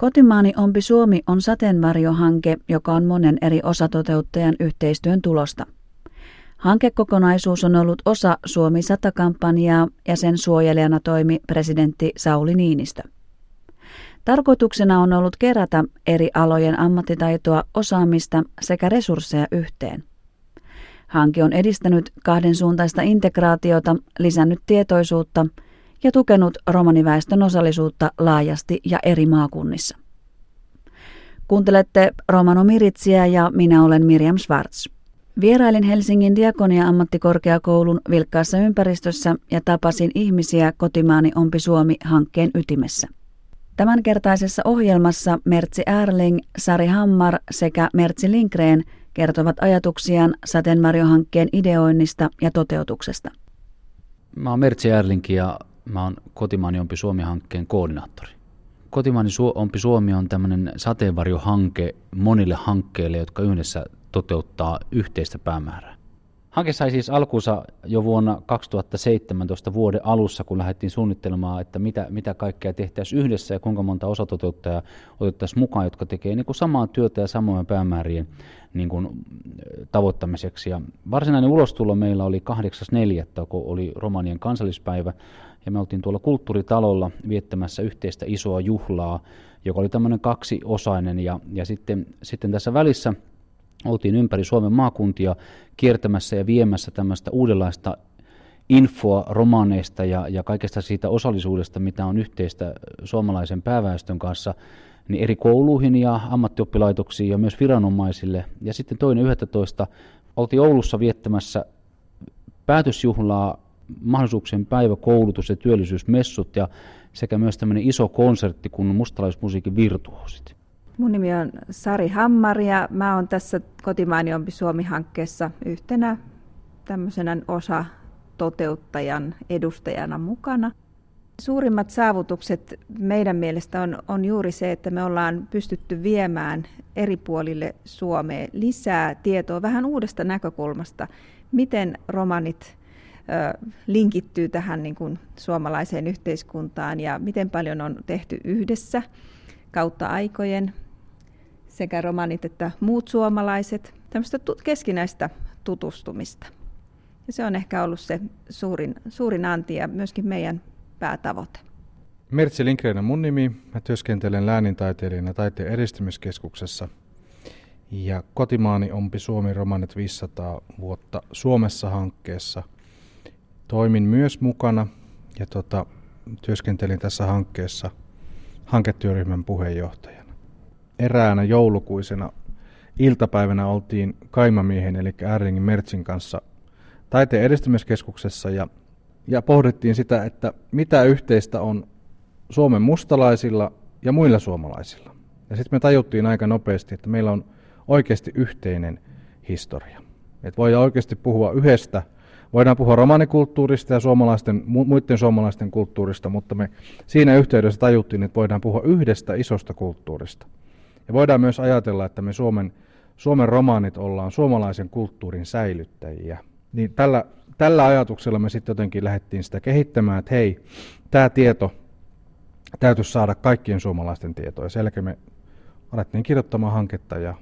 Kotimaani ompi Suomi on sateenvarjohanke, joka on monen eri osatoteuttajan yhteistyön tulosta. Hankekokonaisuus on ollut osa Suomi 100-kampanjaa ja sen suojelijana toimi presidentti Sauli Niinistö. Tarkoituksena on ollut kerätä eri alojen ammattitaitoa, osaamista sekä resursseja yhteen. Hanke on edistänyt kahdensuuntaista integraatiota, lisännyt tietoisuutta ja tukenut romaniväestön osallisuutta laajasti ja eri maakunnissa. Kuuntelette Romano Miritsiä ja minä olen Miriam Schwartz. Vierailin Helsingin Diakonia-ammattikorkeakoulun vilkkaassa ympäristössä ja tapasin ihmisiä Kotimaani ompi Suomi-hankkeen ytimessä. Tämänkertaisessa ohjelmassa Mertsi Erling, Sari Hammar sekä Mertsi Lindgren kertovat ajatuksiaan sateenvarjohankkeen ideoinnista ja toteutuksesta. Mä oon Mertsi Erling ja mä oon Kotimaani ompi Suomi-hankkeen koordinaattori. Kotimaani ompi Suomi on tämmöinen sateenvarjohanke monille hankkeille, jotka yhdessä toteuttaa yhteistä päämäärää. Hanke sai siis alkunsa jo vuonna 2017 vuoden alussa, kun lähdettiin suunnittelemaan, että mitä kaikkea tehtäisiin yhdessä ja kuinka monta osatoteuttajaa otettaisiin mukaan, jotka tekee niin kuin samaa työtä ja samojen päämäärien niin kuin tavoittamiseksi. Ja varsinainen ulostulo meillä oli 8.4., kun oli romanien kansallispäivä, ja me oltiin tuolla kulttuuritalolla viettämässä yhteistä isoa juhlaa, joka oli tämmöinen kaksiosainen, ja sitten tässä välissä oltiin ympäri Suomen maakuntia kiertämässä ja viemässä tämmöistä uudenlaista infoa romaneista ja kaikesta siitä osallisuudesta, mitä on yhteistä suomalaisen pääväestön kanssa, niin eri kouluihin ja ammattioppilaitoksiin ja myös viranomaisille. Ja sitten 2.11. oltiin Oulussa viettämässä päätösjuhlaa, mahdollisuuksien päivä, koulutus- ja työllisyysmessut ja sekä myös tämmöinen iso konsertti kuin mustalaismusiikin virtuoosit. Mun nimi on Sari Hammar ja mä oon tässä Kotimaani ompi Suomi-hankkeessa yhtenä tämmöisenä osatoteuttajan edustajana mukana. Suurimmat saavutukset meidän mielestä on juuri se, että me ollaan pystytty viemään eri puolille Suomea lisää tietoa vähän uudesta näkökulmasta, miten romanit linkittyy tähän niin kuin suomalaiseen yhteiskuntaan ja miten paljon on tehty yhdessä kautta aikojen, sekä romanit että muut suomalaiset, tämmöistä keskinäistä tutustumista. Ja se on ehkä ollut se suurin anti ja myöskin meidän päätavoite. Mertsi Lindgren on mun nimi. Mä työskentelen läänintaiteilijana Taiteen edistämiskeskuksessa. Ja Kotimaani ompi Suomi romanit 500 vuotta Suomessa -hankkeessa toimin myös mukana ja työskentelin tässä hankkeessa hanketyöryhmän puheenjohtajana. Eräänä joulukuisena iltapäivänä oltiin Kaimamiehen eli Erlingin Mertsin kanssa Taiteen edistämiskeskuksessa ja pohdittiin sitä, että mitä yhteistä on Suomen mustalaisilla ja muilla suomalaisilla. Ja sitten me tajuttiin aika nopeasti, että meillä on oikeasti yhteinen historia. Että voidaan oikeasti puhua yhdestä. Voidaan puhua romanikulttuurista ja muiden suomalaisten kulttuurista, mutta me siinä yhteydessä tajuttiin, että voidaan puhua yhdestä isosta kulttuurista. Ja voidaan myös ajatella, että me Suomen romanit ollaan suomalaisen kulttuurin säilyttäjiä. Niin tällä ajatuksella me sitten jotenkin lähdettiin sitä kehittämään, että hei, tämä tieto täytyisi saada kaikkien suomalaisten tietoa. Ja sen jälkeen me alettiin kirjoittamaan hanketta ja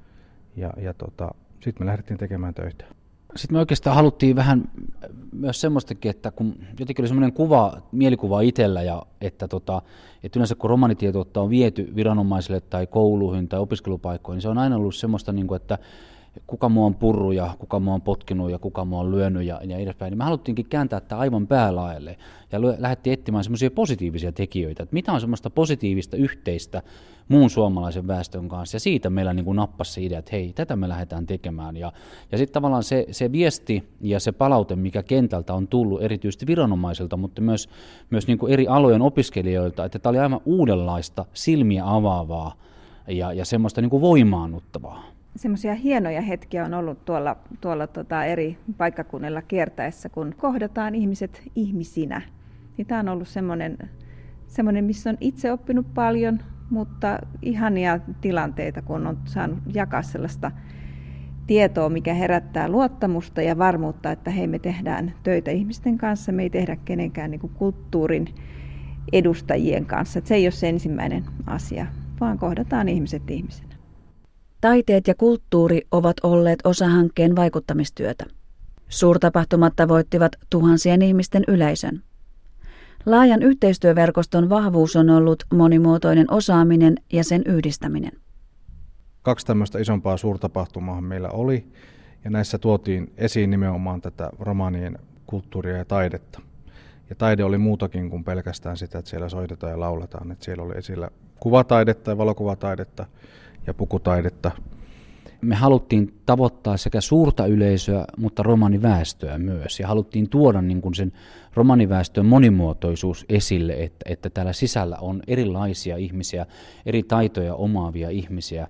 sitten me lähdettiin tekemään töitä. Sitten me oikeastaan haluttiin vähän myös semmoistakin, että kun jotenkin oli semmoinen mielikuva itsellä, ja että yleensä kun romanitietoutta on viety viranomaisille tai kouluihin tai opiskelupaikkoihin, niin se on aina ollut semmoista, että kuka mua on purru ja kuka mua on potkinut ja kuka mua on lyönyt ja edespäin. Niin me haluttiinkin kääntää tämä aivan päälaajalle ja lähdettiin etsimään semmoisia positiivisia tekijöitä, että mitä on semmoista positiivista yhteistä muun suomalaisen väestön kanssa. Ja siitä meillä niin kuin nappasi se idea, että hei, tätä me lähdetään tekemään. Ja sitten tavallaan se viesti ja se palaute, mikä kentältä on tullut erityisesti viranomaisilta, mutta myös niin kuin eri alojen opiskelijoilta, että tämä oli aivan uudenlaista, silmiä avaavaa ja semmoista niin kuin voimaannuttavaa. Semmoisia hienoja hetkiä on ollut tuolla eri paikkakunnilla kiertäessä, kun kohdataan ihmiset ihmisinä. Niin tämä on ollut semmoinen, missä on itse oppinut paljon, mutta ihania tilanteita, kun on saanut jakaa sellaista tietoa, mikä herättää luottamusta ja varmuutta, että hei, me tehdään töitä ihmisten kanssa, me ei tehdä kenenkään niin kuin kulttuurin edustajien kanssa. Että se ei ole se ensimmäinen asia. vaan kohdataan ihmiset ihmisenä. Taiteet ja kulttuuri ovat olleet osa hankkeen vaikuttamistyötä. Suurtapahtumat tavoittivat tuhansien ihmisten yleisön. Laajan yhteistyöverkoston vahvuus on ollut monimuotoinen osaaminen ja sen yhdistäminen. 2 tämmöistä isompaa suurtapahtumaa meillä oli, ja näissä tuotiin esiin nimenomaan tätä romanien kulttuuria ja taidetta. Ja taide oli muutakin kuin pelkästään sitä, että siellä soitetaan ja lauletaan. Että siellä oli esillä kuvataidetta ja valokuvataidetta ja pukutaidetta. Me haluttiin tavoittaa sekä suurta yleisöä, mutta romaniväestöä myös. Ja haluttiin tuoda niin kuin sen romaniväestön monimuotoisuus esille, että täällä sisällä on erilaisia ihmisiä, eri taitoja omaavia ihmisiä.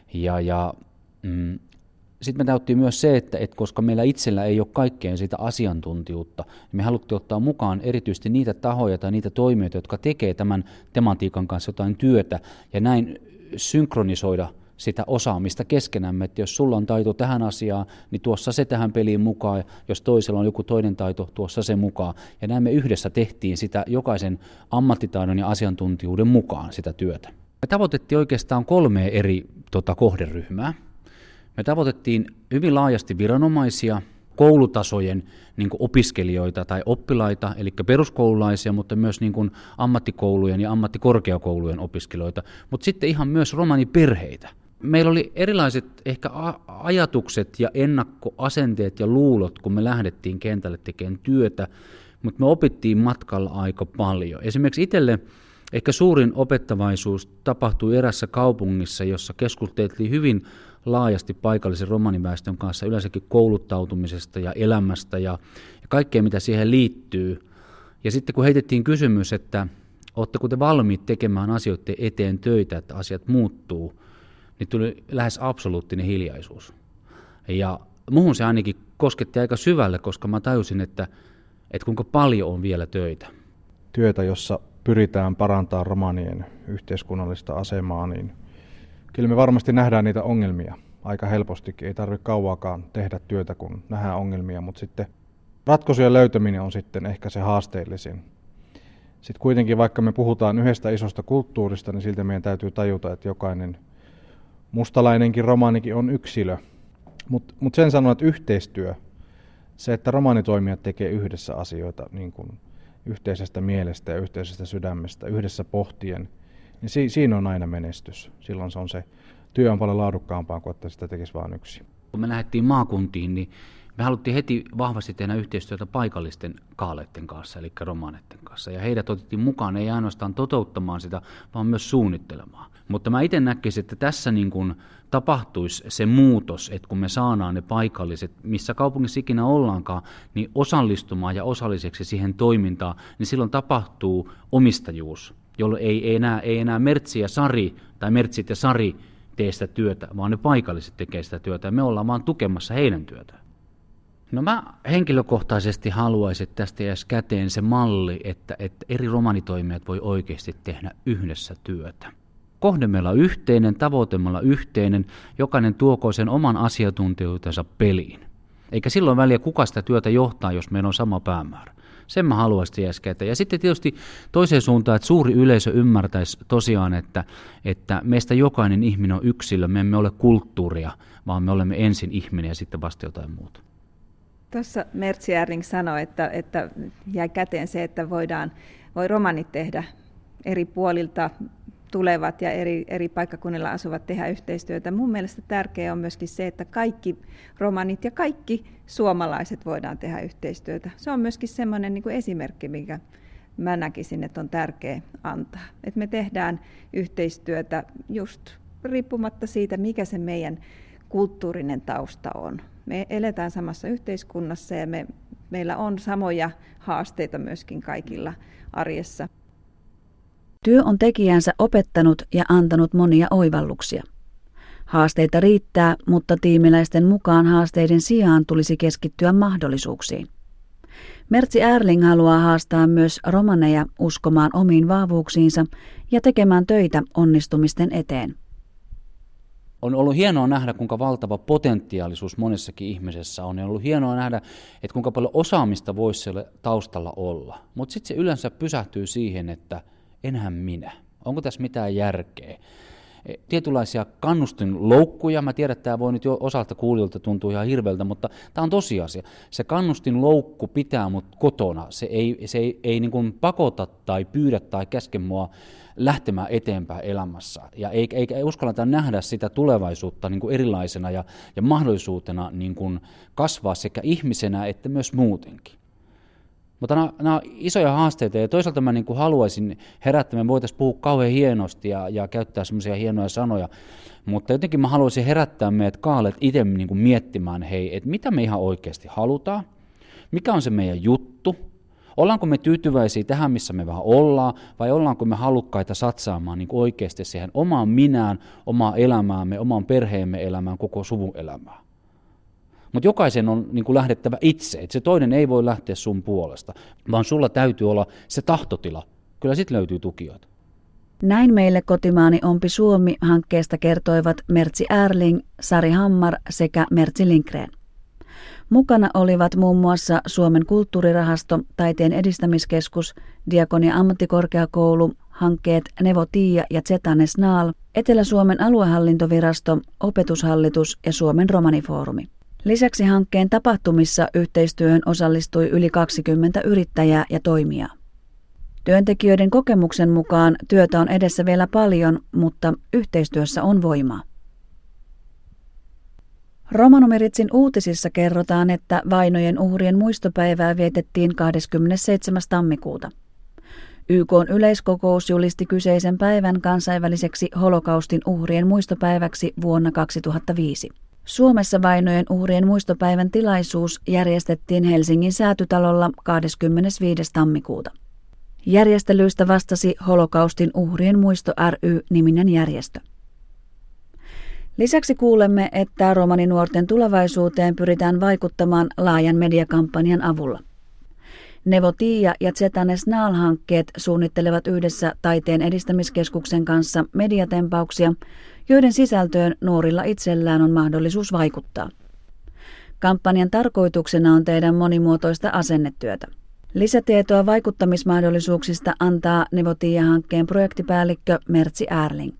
Sitten me täyttiin myös se, että koska meillä itsellä ei ole kaikkeen sitä asiantuntijuutta, niin me haluttiin ottaa mukaan erityisesti niitä tahoja tai niitä toimijoita, jotka tekee tämän tematiikan kanssa jotain työtä, ja näin synkronisoida sitä osaamista keskenämme, että jos sulla on taito tähän asiaan, niin tuossa se tähän peliin mukaan, ja jos toisella on joku toinen taito, tuossa se mukaan. Ja näin me yhdessä tehtiin sitä jokaisen ammattitaidon ja asiantuntijuuden mukaan sitä työtä. Me tavoitettiin oikeastaan 3 eri kohderyhmää. Me tavoitettiin hyvin laajasti viranomaisia, koulutasojen niin kuin opiskelijoita tai oppilaita, eli peruskoululaisia, mutta myös niin kuin ammattikoulujen ja ammattikorkeakoulujen opiskelijoita, mutta sitten ihan myös romaniperheitä. Meillä oli erilaiset ehkä ajatukset ja ennakkoasenteet ja luulot, kun me lähdettiin kentälle tekemään työtä, mutta me opittiin matkalla aika paljon. Esimerkiksi itselle ehkä suurin opettavaisuus tapahtui erässä kaupungissa, jossa keskusteltiin hyvin laajasti paikallisen romaniväestön kanssa yleensäkin kouluttautumisesta ja elämästä ja kaikkea, mitä siihen liittyy. Ja sitten kun heitettiin kysymys, että oletteko te valmiit tekemään asioiden eteen töitä, että asiat muuttuu, niin tuli lähes absoluuttinen hiljaisuus. Ja muhun se ainakin kosketti aika syvälle, koska mä tajusin, että kuinka paljon on vielä töitä. Työtä, jossa pyritään parantamaan romanien yhteiskunnallista asemaa, niin kyllä me varmasti nähdään niitä ongelmia aika helpostikin. Ei tarvitse kauaakaan tehdä työtä, kun nähdään ongelmia, mutta sitten ratkaisujen löytäminen on sitten ehkä se haasteellisin. Sitten kuitenkin, vaikka me puhutaan yhdestä isosta kulttuurista, niin silti meidän täytyy tajuta, että jokainen mustalainenkin romanikin on yksilö. Mutta sen sanon, että yhteistyö, se, että romanitoimijat tekee yhdessä asioita niin kuin yhteisestä mielestä ja yhteisestä sydämestä, yhdessä pohtien, niin siinä on aina menestys. Silloin se työ on paljon laadukkaampaa kuin että sitä tekisi vain yksi. Kun me lähdettiin maakuntiin, niin me haluttiin heti vahvasti tehdä yhteistyötä paikallisten kaaleiden kanssa, eli romaneiden kanssa. Ja heidät otettiin mukaan, ei ainoastaan toteuttamaan sitä, vaan myös suunnittelemaan. Mutta mä itse näkisin, että tässä niin kuin tapahtuisi se muutos, että kun me saadaan ne paikalliset, missä kaupungissa ikinä ollaankaan, niin osallistumaan ja osalliseksi siihen toimintaan, niin silloin tapahtuu omistajuus, jolloin ei enää Mertsi ja Sari tai Mertsit ja Sari tee sitä työtä, vaan ne paikalliset tekee sitä työtä ja me ollaan vaan tukemassa heidän työtään. No mä henkilökohtaisesti haluaisin, että tästä jäisi käteen se malli, että eri romanitoimijat voi oikeasti tehdä yhdessä työtä. Kohde meillä on yhteinen, tavoite meillä on yhteinen, jokainen tuokoo sen oman asiantuntijuutensa peliin. Eikä silloin väliä kuka sitä työtä johtaa, jos meillä on sama päämäärä. Sen mä haluaisin jäisi käteen. Ja sitten tietysti toiseen suuntaan, että suuri yleisö ymmärtäisi tosiaan, että meistä jokainen ihminen on yksilö, me emme ole kulttuuria, vaan me olemme ensin ihminen ja sitten vasta jotain muuta. Tuossa Mertsi Erling sanoi, että jäi käteen se, että voi romanit tehdä eri puolilta tulevat ja eri paikkakunnilla asuvat tehdä yhteistyötä. Mun mielestä tärkeää on myöskin se, että kaikki romanit ja kaikki suomalaiset voidaan tehdä yhteistyötä. Se on myöskin semmoinen niin kuin esimerkki, minkä mä näkisin, että on tärkeää antaa. Että me tehdään yhteistyötä just riippumatta siitä, mikä se meidän kulttuurinen tausta on. Me eletään samassa yhteiskunnassa ja meillä on samoja haasteita myöskin kaikilla arjessa. Työ on tekijänsä opettanut ja antanut monia oivalluksia. Haasteita riittää, mutta tiimiläisten mukaan haasteiden sijaan tulisi keskittyä mahdollisuuksiin. Mertsi Erling haluaa haastaa myös romaneja uskomaan omiin vahvuuksiinsa ja tekemään töitä onnistumisten eteen. On ollut hienoa nähdä, kuinka valtava potentiaalisuus monessakin ihmisessä on. On ollut hienoa nähdä, että kuinka paljon osaamista voisi siellä taustalla olla. Mutta sitten se yleensä pysähtyy siihen, että enhän minä. Onko tässä mitään järkeä? tietynlaisia kannustinloukkuja. Mä tiedän, että tämä voi nyt jo osalta kuulijoilta tuntua ihan hirveältä, mutta tämä on tosiasia. Se kannustinloukku pitää mut kotona. Se ei niin kuin pakota tai pyydä tai käske mua lähtemään eteenpäin elämässä. Ja eikä uskalleta nähdä sitä tulevaisuutta niin kuin erilaisena ja mahdollisuutena niin kuin kasvaa sekä ihmisenä että myös muutenkin. Mutta nämä on isoja haasteita ja toisaalta mä niin kuin haluaisin herättää, me voitaisiin puhua kauhean hienosti ja käyttää semmoisia hienoja sanoja, mutta jotenkin mä haluaisin herättää meidät kaalet itse niin kuin miettimään, hei, että mitä me ihan oikeasti halutaan, mikä on se meidän juttu, ollaanko me tyytyväisiä tähän, missä me vähän ollaan, vai ollaanko me halukkaita satsaamaan niin kuin oikeasti siihen omaan minään, omaan elämäämme, omaan perheemme elämään, koko suvun elämään. Mutta jokaisen on niin kuin lähdettävä itse, että se toinen ei voi lähteä sun puolesta, vaan sulla täytyy olla se tahtotila. Kyllä sit löytyy tukijoita. Näin meille Kotimaani ompi Suomi-hankkeesta kertoivat Mertsi Erling, Sari Hammar sekä Mertsi Lindgren. Mukana olivat muun muassa Suomen kulttuurirahasto, Taiteen edistämiskeskus, Diakonia ammattikorkeakoulu, hankkeet Nevo Tiia ja Zetanes Naal, Etelä-Suomen aluehallintovirasto, Opetushallitus ja Suomen romanifoorumi. Lisäksi hankkeen tapahtumissa yhteistyöhön osallistui yli 20 yrittäjää ja toimijaa. Työntekijöiden kokemuksen mukaan työtä on edessä vielä paljon, mutta yhteistyössä on voimaa. Romanomiritsin uutisissa kerrotaan, että vainojen uhrien muistopäivää vietettiin 27. tammikuuta. YK:n yleiskokous julisti kyseisen päivän kansainväliseksi holokaustin uhrien muistopäiväksi vuonna 2005. Suomessa vainojen uhrien muistopäivän tilaisuus järjestettiin Helsingin Säätytalolla 25. tammikuuta. Järjestelyistä vastasi Holokaustin uhrien muisto ry-niminen järjestö. Lisäksi kuulemme, että romaninuorten tulevaisuuteen pyritään vaikuttamaan laajan mediakampanjan avulla. Nevo Tiia ja Zetanes Naal-hankkeet suunnittelevat yhdessä Taiteen edistämiskeskuksen kanssa mediatempauksia, joiden sisältöön nuorilla itsellään on mahdollisuus vaikuttaa. Kampanjan tarkoituksena on tehdä monimuotoista asennetyötä. Lisätietoa vaikuttamismahdollisuuksista antaa Nevo Tiia-hankkeen projektipäällikkö Mertsi Erling.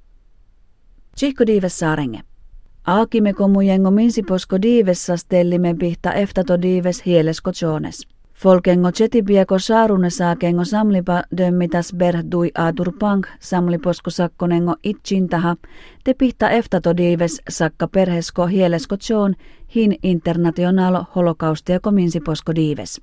Tsihko diives saarenge. Aakime komujengo minsiposko diivessa stellime pihta eftato diives hielesko jones. Folkengo chetipieko saarune saakengo samlipa dömmitas berhdui aadur pank samliposko sakkonengo itchintaha te pihta eftato diives sakka perhesko hielesko joon hin internationalo holokaustiako minsiposko diives.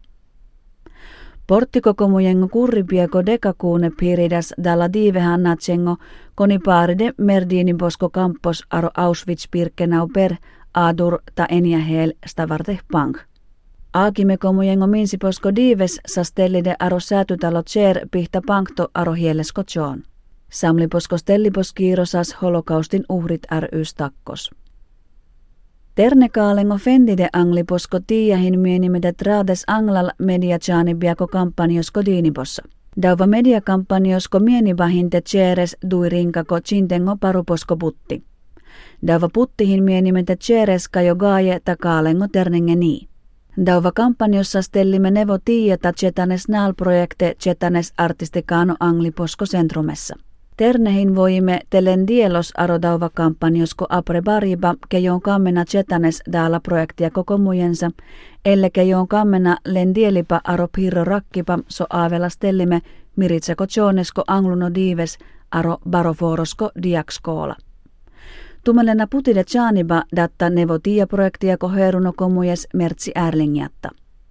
Porttikokomujengo kurripieko dekakuune piridas dalla diivehan natsengo konipaaride merdiniposko kampos aro Auschwitz-Birkenau per aadur ta eniahel stavarte pank. Aakimekomujengo minsiposko diives sastellide aro säätytalo tser pihta pankto aro hielesko joon. Samliposko stelliposkiirosas holokaustin uhrit ry stakkos. Ternekaalengo fendide angliposko tiiahin mienimedet raades anglal mediachaanibiako kampanjosko diinipossa. Dauva mediakampanjosko mienibahinte tseres duirinkako chintengo paruposko putti. Dauva puttihin mienimedet tseres kajo gaaje takaalengo ternenge nii. Dauva kampanjossa stellime Nevo Tiia ta Zetanes Naal-projekte Zetanes artistikano angliposko centrumessa. Ternehin voimme telen dielos arodauva kampanjosko apre bariba kejon kammena Zetanes daala projektia koko mujensa, elle kejon kammena len dielipa aro pirro rakkipa so aavela stellime miritseko jonesko angluno diives aro baroforosko diakskoola. Tumelena putide chaaniba datta Nevo Tiia-projektia koheruno komujes Mertsi Erlingiatta.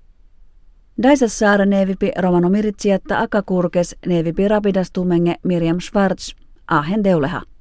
Daisas saara neevipi romanomiritsijatta akakurkes neevipi rapidas tumenge Miriam Schwarz, ahen deuleha.